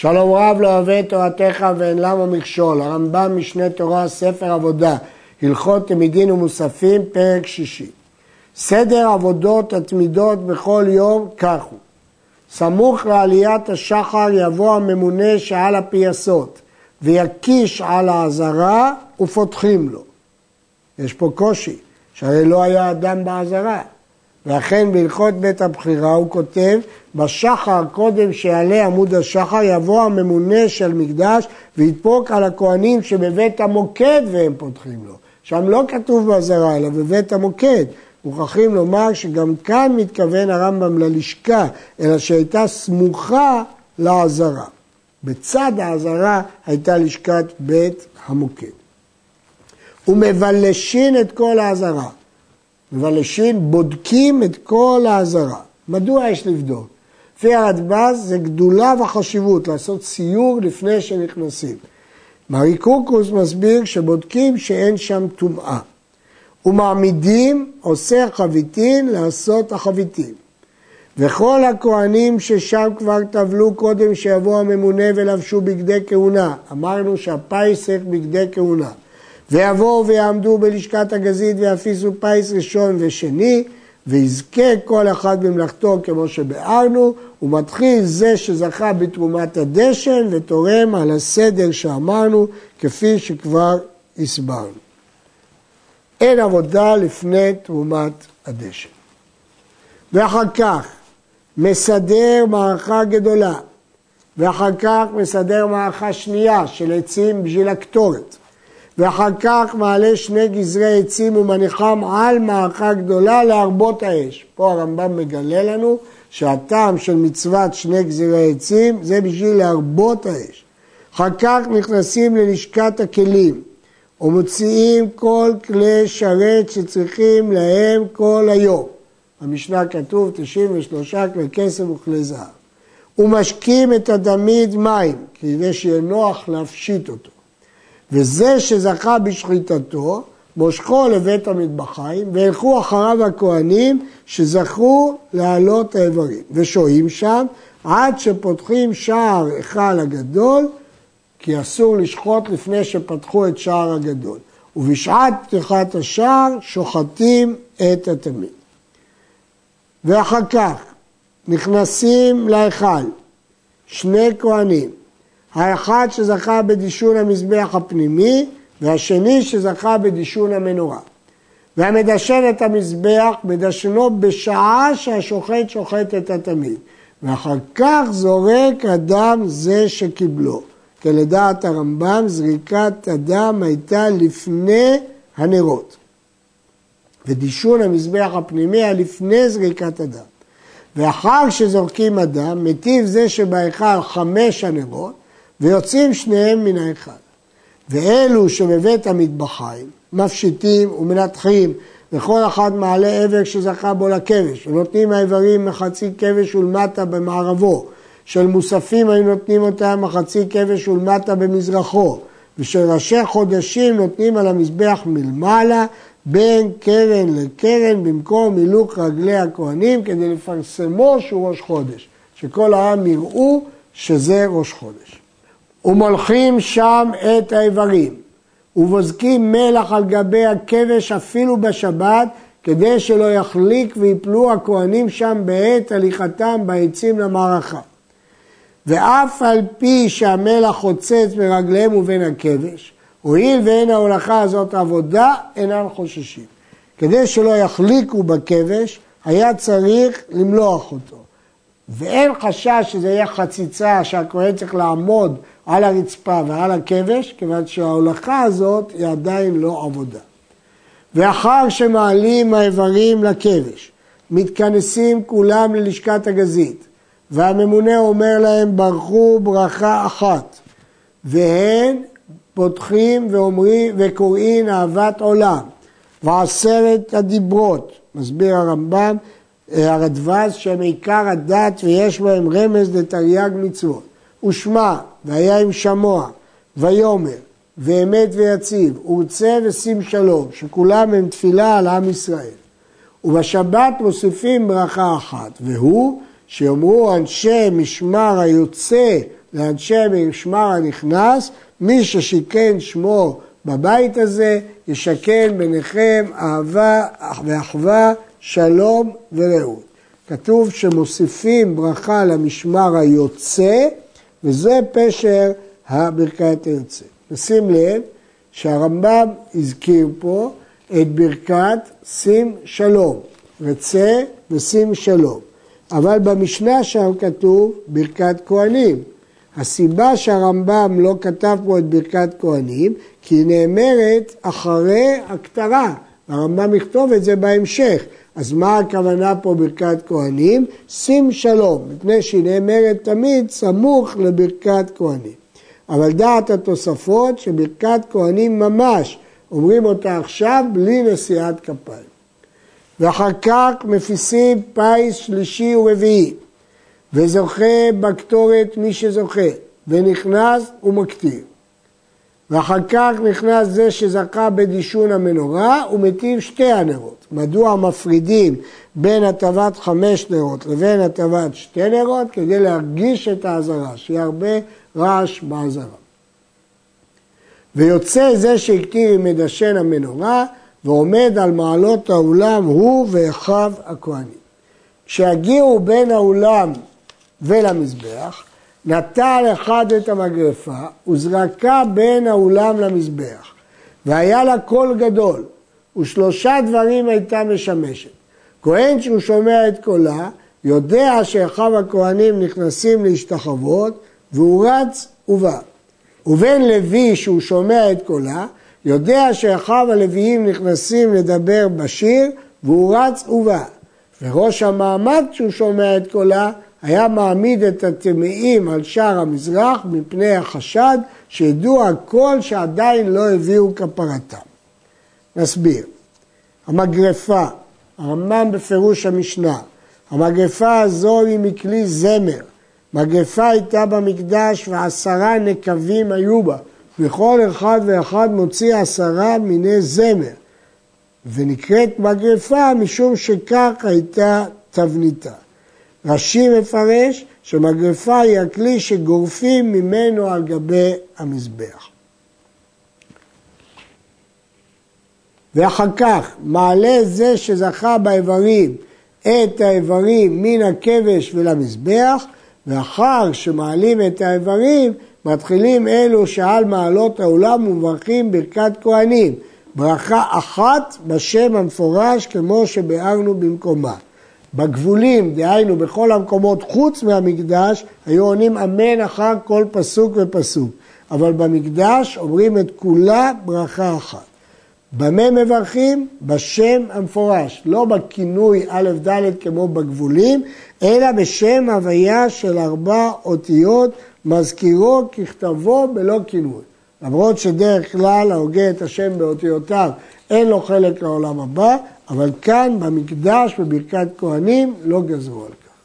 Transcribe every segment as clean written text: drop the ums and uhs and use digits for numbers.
שלום רב לא אוהב את תורתך ואין למה מכשול. הרמב"ם משנה תורה, ספר עבודה, הלכות תמידין ומוספים, פרק שישי. סדר עבודות התמידות בכל יום כך הוא. סמוך לעליית השחר יבוא הממונה שעל הפייסות, ויקיש על העזרה ופותחים לו. יש פה קושי, שהרי לא היה אדם בעזרה. ואכן בהלכות בית הבחירה הוא כותב, בשחר קודם שיעלה עמוד השחר יבוא הממונה של מקדש וידפוק על הכהנים שבבית המוקד והם פותחים לו. שם לא כתוב בעזרה אלא בבית המוקד. מוכרחים לומר שגם כאן מתכוון הרמב"ם ללשכה, אלא שהייתה סמוכה לעזרה. בצד העזרה הייתה לשכת בית המוקד. ומבלשין את כל העזרה. מבלשין בודקים את כל העזרה. מדוע יש לבדוק? לפי הרדב"ז זה גדולה וחשיבות לעשות סיור לפני שנכנסים. מרי קורקוס מסביר שבודקים שאין שם טומאה. ומעמידים עושה חביתין לעשות החביתין. וכל הכהנים ששם כבר טבלו קודם שיבוא הממונה ולבשו בגדי כהונה. אמרנו שהפייסך בגדי כהונה. ויבואו ויעמדו בלשכת הגזית ויפיסו פייס ראשון ושני, ויזכה כל אחד במלאכתו כמו שבארנו, ומתחיל זה שזכה בתרומת הדשן ותורם על הסדר שאמרנו כפי שכבר הסברנו. אין עבודה לפני תרומת הדשן. ואחר כך מסדר מערכה גדולה, ואחר כך מסדר מערכה שנייה של עצים בשביל הקטורת. ואחר כך מעלה שני גזרי עצים ומניחם על מערכה גדולה להרבות האש. פה הרמב"ם מגלה לנו שהטעם של מצוות שני גזרי עצים זה בשביל להרבות האש. אחר כך נכנסים ללשכת הכלים ומוציאים כל כלי שרת שצריכים להם כל היום. במשנה כתוב 93 כלי כסף וכלי זהב. ומשקים את הדמיד מים כדי שיהיה נוח להפשיט אותו. וזה שזכה בשחיטתו, מושכו לבית המטבחיים, והלכו אחריו הכהנים שזכו להעלות האיברים. ושוהים שם עד שפותחים שער היכל הגדול, כי אסור לשחוט לפני שפתחו את שער הגדול. ובשעת פתיחת השער שוחטים את התמיד. ואחר כך נכנסים להיכל שני כהנים. האחד שזכה בדישון המזבח הפנימי, והשני שזכה בדישון המנורה. והמדשן את המזבח מדשנו בשעה שהשוחט שוחט את התמיד. ואחר כך זורק הדם זה שקיבלו. כי לדעת הרמב"ם זריקת הדם הייתה לפני הנרות. ודישון המזבח הפנימי היה לפני זריקת הדם. ואחר שזורקים הדם, מטיב זה שבהיכל 5 הנרות, ויוצאים שניהם מן ההיכל. ואלו שבבית המטבחיים מפשיטים ומנתחים, וכל אחד מעלה עבר שזכה בו לכבש, ונותנים האיברים מחצי כבש ולמטה במערבו, של מוספים היו נותנים אותם מחצי כבש ולמטה במזרחו, ושל ראשי חודשים נותנים על המזבח מלמעלה, בין קרן לקרן, במקום מילוק רגלי הכהנים, כדי לפרסמו שהוא ראש חודש, שכל העם יראו שזה ראש חודש. ומולכים שם את האיברים, ובוזקים מלח על גבי הכבש אפילו בשבת, כדי שלא יחליק ויפלו הכהנים שם בעת הליכתם בעצים למערכה. ואף על פי שהמלח חוצץ ברגליהם ובין הכבש, הואיל ואין ההולכה הזאת עבודה, אינם חוששים. כדי שלא יחליקו בכבש, היה צריך למלוח אותו. ואין חשש שזה יהיה חציצה שהכהן צריך לעמוד על הרצפה ועל הכבש, כיוון שההולכה הזאת היא עדיין לא עבודה. ואחר שמעלים האיברים לכבש, מתכנסים כולם ללשכת הגזית, והממונה אומר להם ברכו ברכה אחת, והם פותחים ואומרים וקוראים אהבת עולם, ועשרת הדיברות, מסביר הרמב"ם, הרדב"ז שהם עיקר הדת ויש בהם רמז לתרי"ג מצוות. ושמע והיה עם שמוע ויומר ואמת ויציב ורצה ושים שלום, שכולם הם תפילה על עם ישראל. ובשבת מוסיפים ברכה אחת, והוא שיאמרו אנשי משמר היוצא לאנשי משמר הנכנס, מי ששיכן שמו בבית הזה, ישכן ביניכם אהבה ואחווה, שלום ורעות. כתוב שמוסיפים ברכה למשמר היוצא, וזה פשר הברכת היוצא. נשים לב שהרמב"ם הזכיר פה את ברכת שים שלום, רצה ושים שלום. אבל במשנה שם כתוב ברכת כהנים. הסיבה שהרמב"ם לא כתב פה את ברכת כהנים, כי היא נאמרת אחרי הכתרה. הרמב"ם יכתוב את זה בהמשך. אז מה הכוונה פה ברכת כהנים? שים שלום, מפני שהיא נאמרת תמיד סמוך לברכת כהנים. אבל דעת התוספות שברכת כהנים ממש, אומרים אותה עכשיו בלי נשיאת כפיים. ואחר כך מפיסים פיס שלישי ורביעי, וזוכה בקטורת מי שזוכה, ונכנס ומקטיר. ואחר כך נכנס זה שזכה בדישון המנורה ומטיב שתי הנרות. מדוע מפרידים בין הטבת 5 נרות לבין הטבת 2 נרות? כדי להרגיש את האזהרה, שיהיה הרבה רעש באזהרה. ויוצא זה שהקטיר עם מדשן המנורה ועומד על מעלות האולם הוא ואחיו הכהנים. כשהגיעו בין האולם ולמזבח, נטל אחד את המגרפה וזרקה בין האולם למזבח, והיה לה קול גדול, ושלושה דברים הייתה משמשת. כהן שהוא שומע את קולה, יודע שאחיו הכהנים נכנסים להשתחוות, והוא רץ ובא. ובן לוי שהוא שומע את קולה, יודע שאחיו הלוויים נכנסים לדבר בשיר, והוא רץ ובא. וראש המעמד שהוא שומע את קולה, היה מעמיד את הטמאים על שער המזרח מפני החשד שידעו הכל שעדיין לא הביאו כפרתם. נסביר. המגרפה, הרמב"ם בפירוש המשנה, המגרפה הזו היא מכלי זמר. מגרפה הייתה במקדש ו10 נקבים היו בה, וכל אחד ואחד מוציא 10 מיני זמר. ונקראת מגרפה משום שכך הייתה תבניתה. רש"י מפרש שמגרפה היא הכלי שגורפים ממנו על גבי המזבח. ואחר כך מעלה זה שזכה באיברים את האיברים מן הכבש ולמזבח, ואחר שמעלים את האיברים מתחילים אלו שעל מעלות העולם ומברכים ברכת כהנים, ברכה אחת בשם המפורש כמו שביארנו במקומה. בגבולים, דהיינו בכל המקומות חוץ מהמקדש, היו עונים אמן אחר כל פסוק ופסוק. אבל במקדש אומרים את כולה ברכה אחת. במה מברכים? בשם המפורש, לא בכינוי א' ד' כמו בגבולים, אלא בשם הוויה של 4 אותיות, מזכירו ככתבו בלא כינוי. למרות שדרך כלל ההוגה את השם באותיותיו אין לו חלק לעולם הבא, אבל כאן במקדש בברכת כהנים לא גזרו על כך.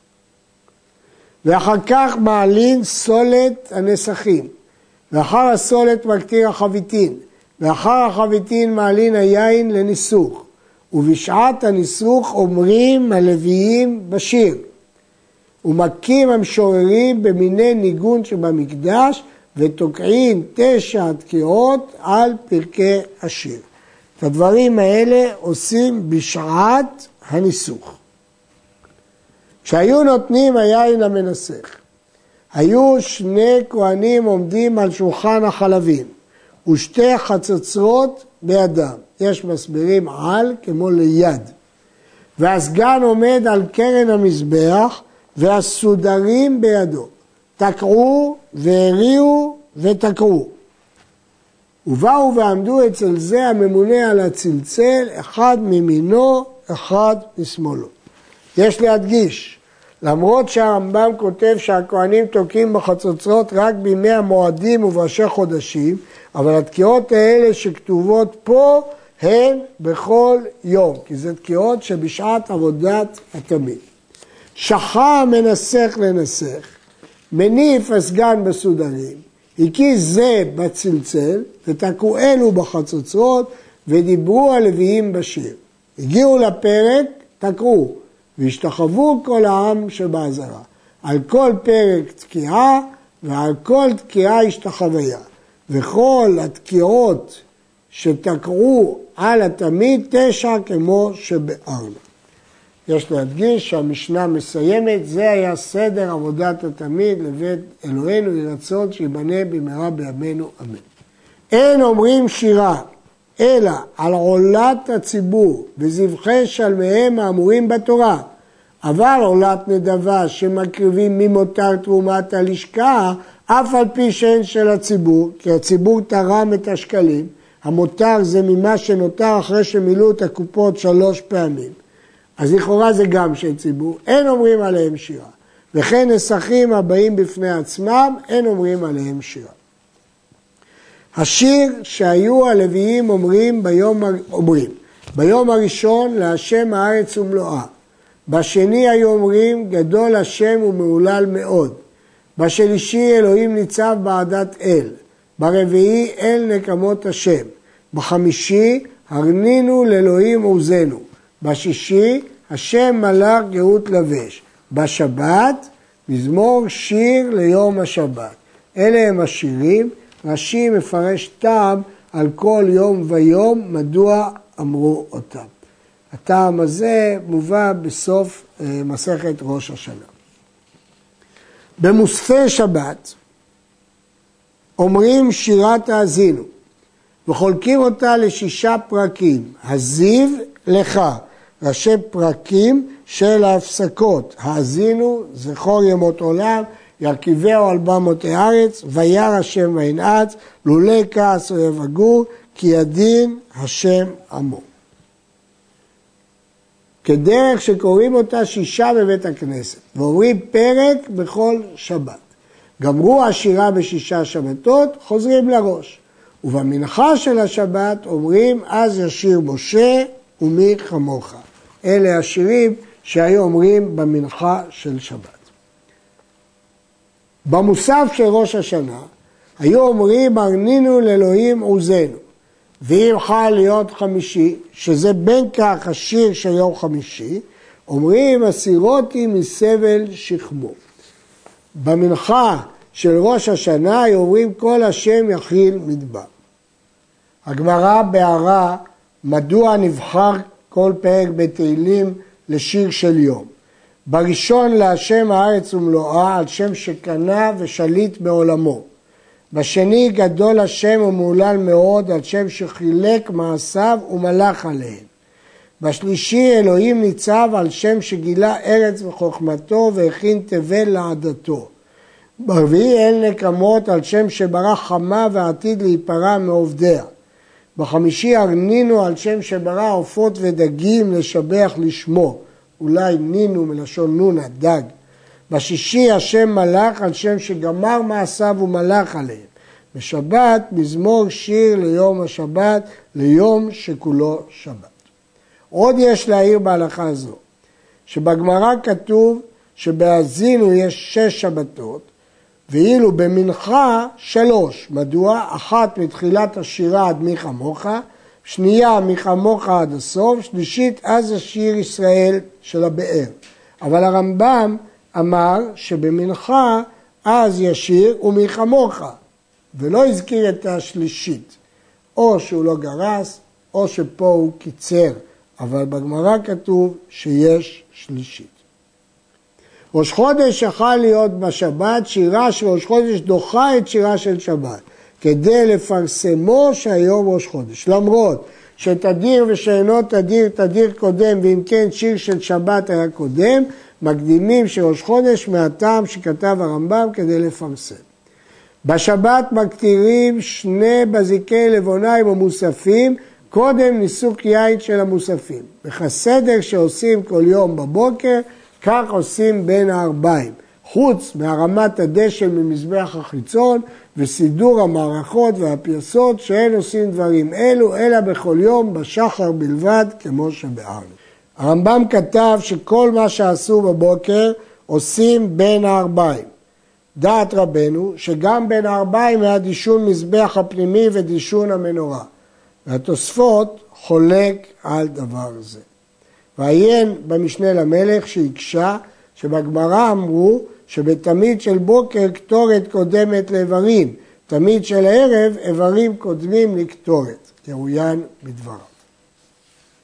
ואחר כך מעלין סולת הנסכים, ואחר הסולת מקטיר החביתין, ואחר החביתין מעלין היין לניסוך, ובשעת הניסוך אומרים הלוויים בשיר, ומכים המשוררים במיני ניגון שבמקדש, ותוקעים 9 תקיעות על פרקי השיר. את הדברים האלה עושים בשעת הניסוך. כשהיו נותנים היין למנסך, היו 2 כהנים עומדים על שולחן החלבים, ו2 חצוצרות בידם. יש מסבירים על כמו ליד. והסגן עומד על קרן המזבח, והסודרים בידו. תקעו והריעו ותקעו. ובאו ועמדו אצל זה הממונה על הצלצל, אחד מימינו, אחד משמאלו. יש להדגיש, למרות שהרמב"ם כותב שהכהנים תוקעים בחצוצרות רק בימי המועדים ובראשי חודשים, אבל התקיעות האלה שכתובות פה הן בכל יום, כי זה תקיעות שבשעת עבודת התמיד. שחה המנסך לנסך, מניף הסגן בסודרים, הקיז זה בצלצל, ותקעו אלו בחצוצרות, ודיברו הלוויים בשיר. הגיעו לפרק, תקעו, והשתחוו כל העם שבעזרה. על כל פרק תקיעה, ועל כל תקיעה השתחוויה, וכל התקיעות שתקעו על התמיד 9 כמו שבארנו. יש להדגיש שהמשנה מסיימת, זה היה סדר עבודת התמיד לבית אלוהינו, לרצון שיבנה במהרה בימינו אמן. אין אומרים שירה, אלא על עולת הציבור וזבחי שלמיהם האמורים בתורה, אבל עולת נדבה שמקריבים ממותר תרומת הלשכה, אף על פי שאין של הציבור, כי הציבור תרם את השקלים, המותר זה ממה שנותר אחרי שמילאו את הקופות 3 פעמים. אז לכאורה זה גם של ציבור, אין אומרים עליהם שירה. וכן נסכים הבאים בפני עצמם, אין אומרים עליהם שירה. השיר שהיו הלוויים אומרים ביום הראשון להשם הארץ ומלואה. בשני היו אומרים גדול השם ומהולל מאוד. בשלישי אלוהים ניצב בעדת אל. ברביעי אל נקמות השם. בחמישי הרנינו לאלוהים עוזנו. בשישי השם מלך גאות לבש. בשבת מזמור שיר ליום השבת. אלה הם השירים. רש"י מפרש טעם על כל יום ויום מדוע אמרו אותם. הטעם הזה מובא בסוף מסכת ראש השנה. במוספי שבת אומרים שירת האזינו וחולקים אותה ל6 פרקים. הזיו לך, ראשי פרקים של ההפסקות. האזינו זכור ימות עולם, ירכיבהו על במות הארץ, וירא השם וינעץ, לולא כעס אויב הגור, כי ידין השם עמו. כדרך שקוראים אותה 6 בבית הכנסת, ואומרים פרק בכל שבת. גמרו השירה ב6 שבתות, חוזרים לראש. ובמנחה של השבת אומרים, אז ישיר משה ומי כמוך. אלה השירים שהיו אומרים במנחה של שבת. במוסף של ראש השנה, היו אומרים, הרנינו לאלוהים עוזנו. ואם חל להיות חמישי, שזה בין כך השיר של יום חמישי, אומרים, הסירותי מסבל שכמו. במנחה של ראש השנה, היו אומרים, כל השם יכיל מדבר. הגמרא בהערה, מדוע נבחר כל פרק בתהילים לשיר של יום. בראשון להשם הארץ ומלואה, על שם שקנה ושליט בעולמו. בשני גדול השם ומהולל מאוד, על שם שחילק מעשיו ומלך עליהם. בשלישי אלוהים ניצב על שם שגילה ארץ וחוכמתו והכין תבל לעדתו. ברביעי אל נקמות על שם שברא חמה ועתיד להיפרע מעובדיה. בחמישי הרנינו על שם שברא עופות ודגים לשבח לשמו. אולי נינו מלשון נונה, דג. בשישי השם מלך על שם שגמר מעשיו ומלך עליהם. בשבת מזמור שיר ליום השבת, ליום שכולו שבת. עוד יש להעיר בהלכה זו, שבגמרא כתוב שבהאזינו יש 6 שבתות, ואילו במנחה 3. מדוע? 1 מתחילת השירה עד מי כמוך, שנייה מי כמוך עד הסוף, שלישית אז השיר ישראל של הבאר. אבל הרמב"ם אמר שבמנחה אז ישיר ומי כמוך, ולא הזכיר את השלישית. או שהוא לא גרס, או שפה הוא קיצר, אבל בגמרא כתוב שיש שלישית. ראש חודש יכול להיות בשבת, שירה של ראש חודש דוחה את שירה של שבת, כדי לפרסמו שהיום ראש חודש. למרות שתדיר ושאינו תדיר, תדיר קודם, ואם כן שיר של שבת היה קודם, מקדימים שראש חודש מהטעם שכתב הרמב"ם כדי לפרסם. בשבת מקטירים 2 בזיקי לבוניים ומוספים, קודם ניסוק יין של המוספים. בחסדר שעושים כל יום בבוקר, כך עושים בין הערביים. חוץ מהרמת הדשא ממזבח החיצון וסידור המערכות והפייסות שאין עושים דברים אלו, אלא בכל יום בשחר בלבד כמו שבארנו. הרמב"ם כתב שכל מה שעשו בבוקר עושים בין הערביים. דעת רבנו שגם בין הערביים היה דישון מזבח הפנימי ודישון המנורה. והתוספות חולק על דבר זה. ועיין במשנה למלך שהקשה שבגמרא אמרו שבתמיד של בוקר קטורת קודמת לאיברים, תמיד של הערב איברים קודמים לקטורת. ירוין בדבריו.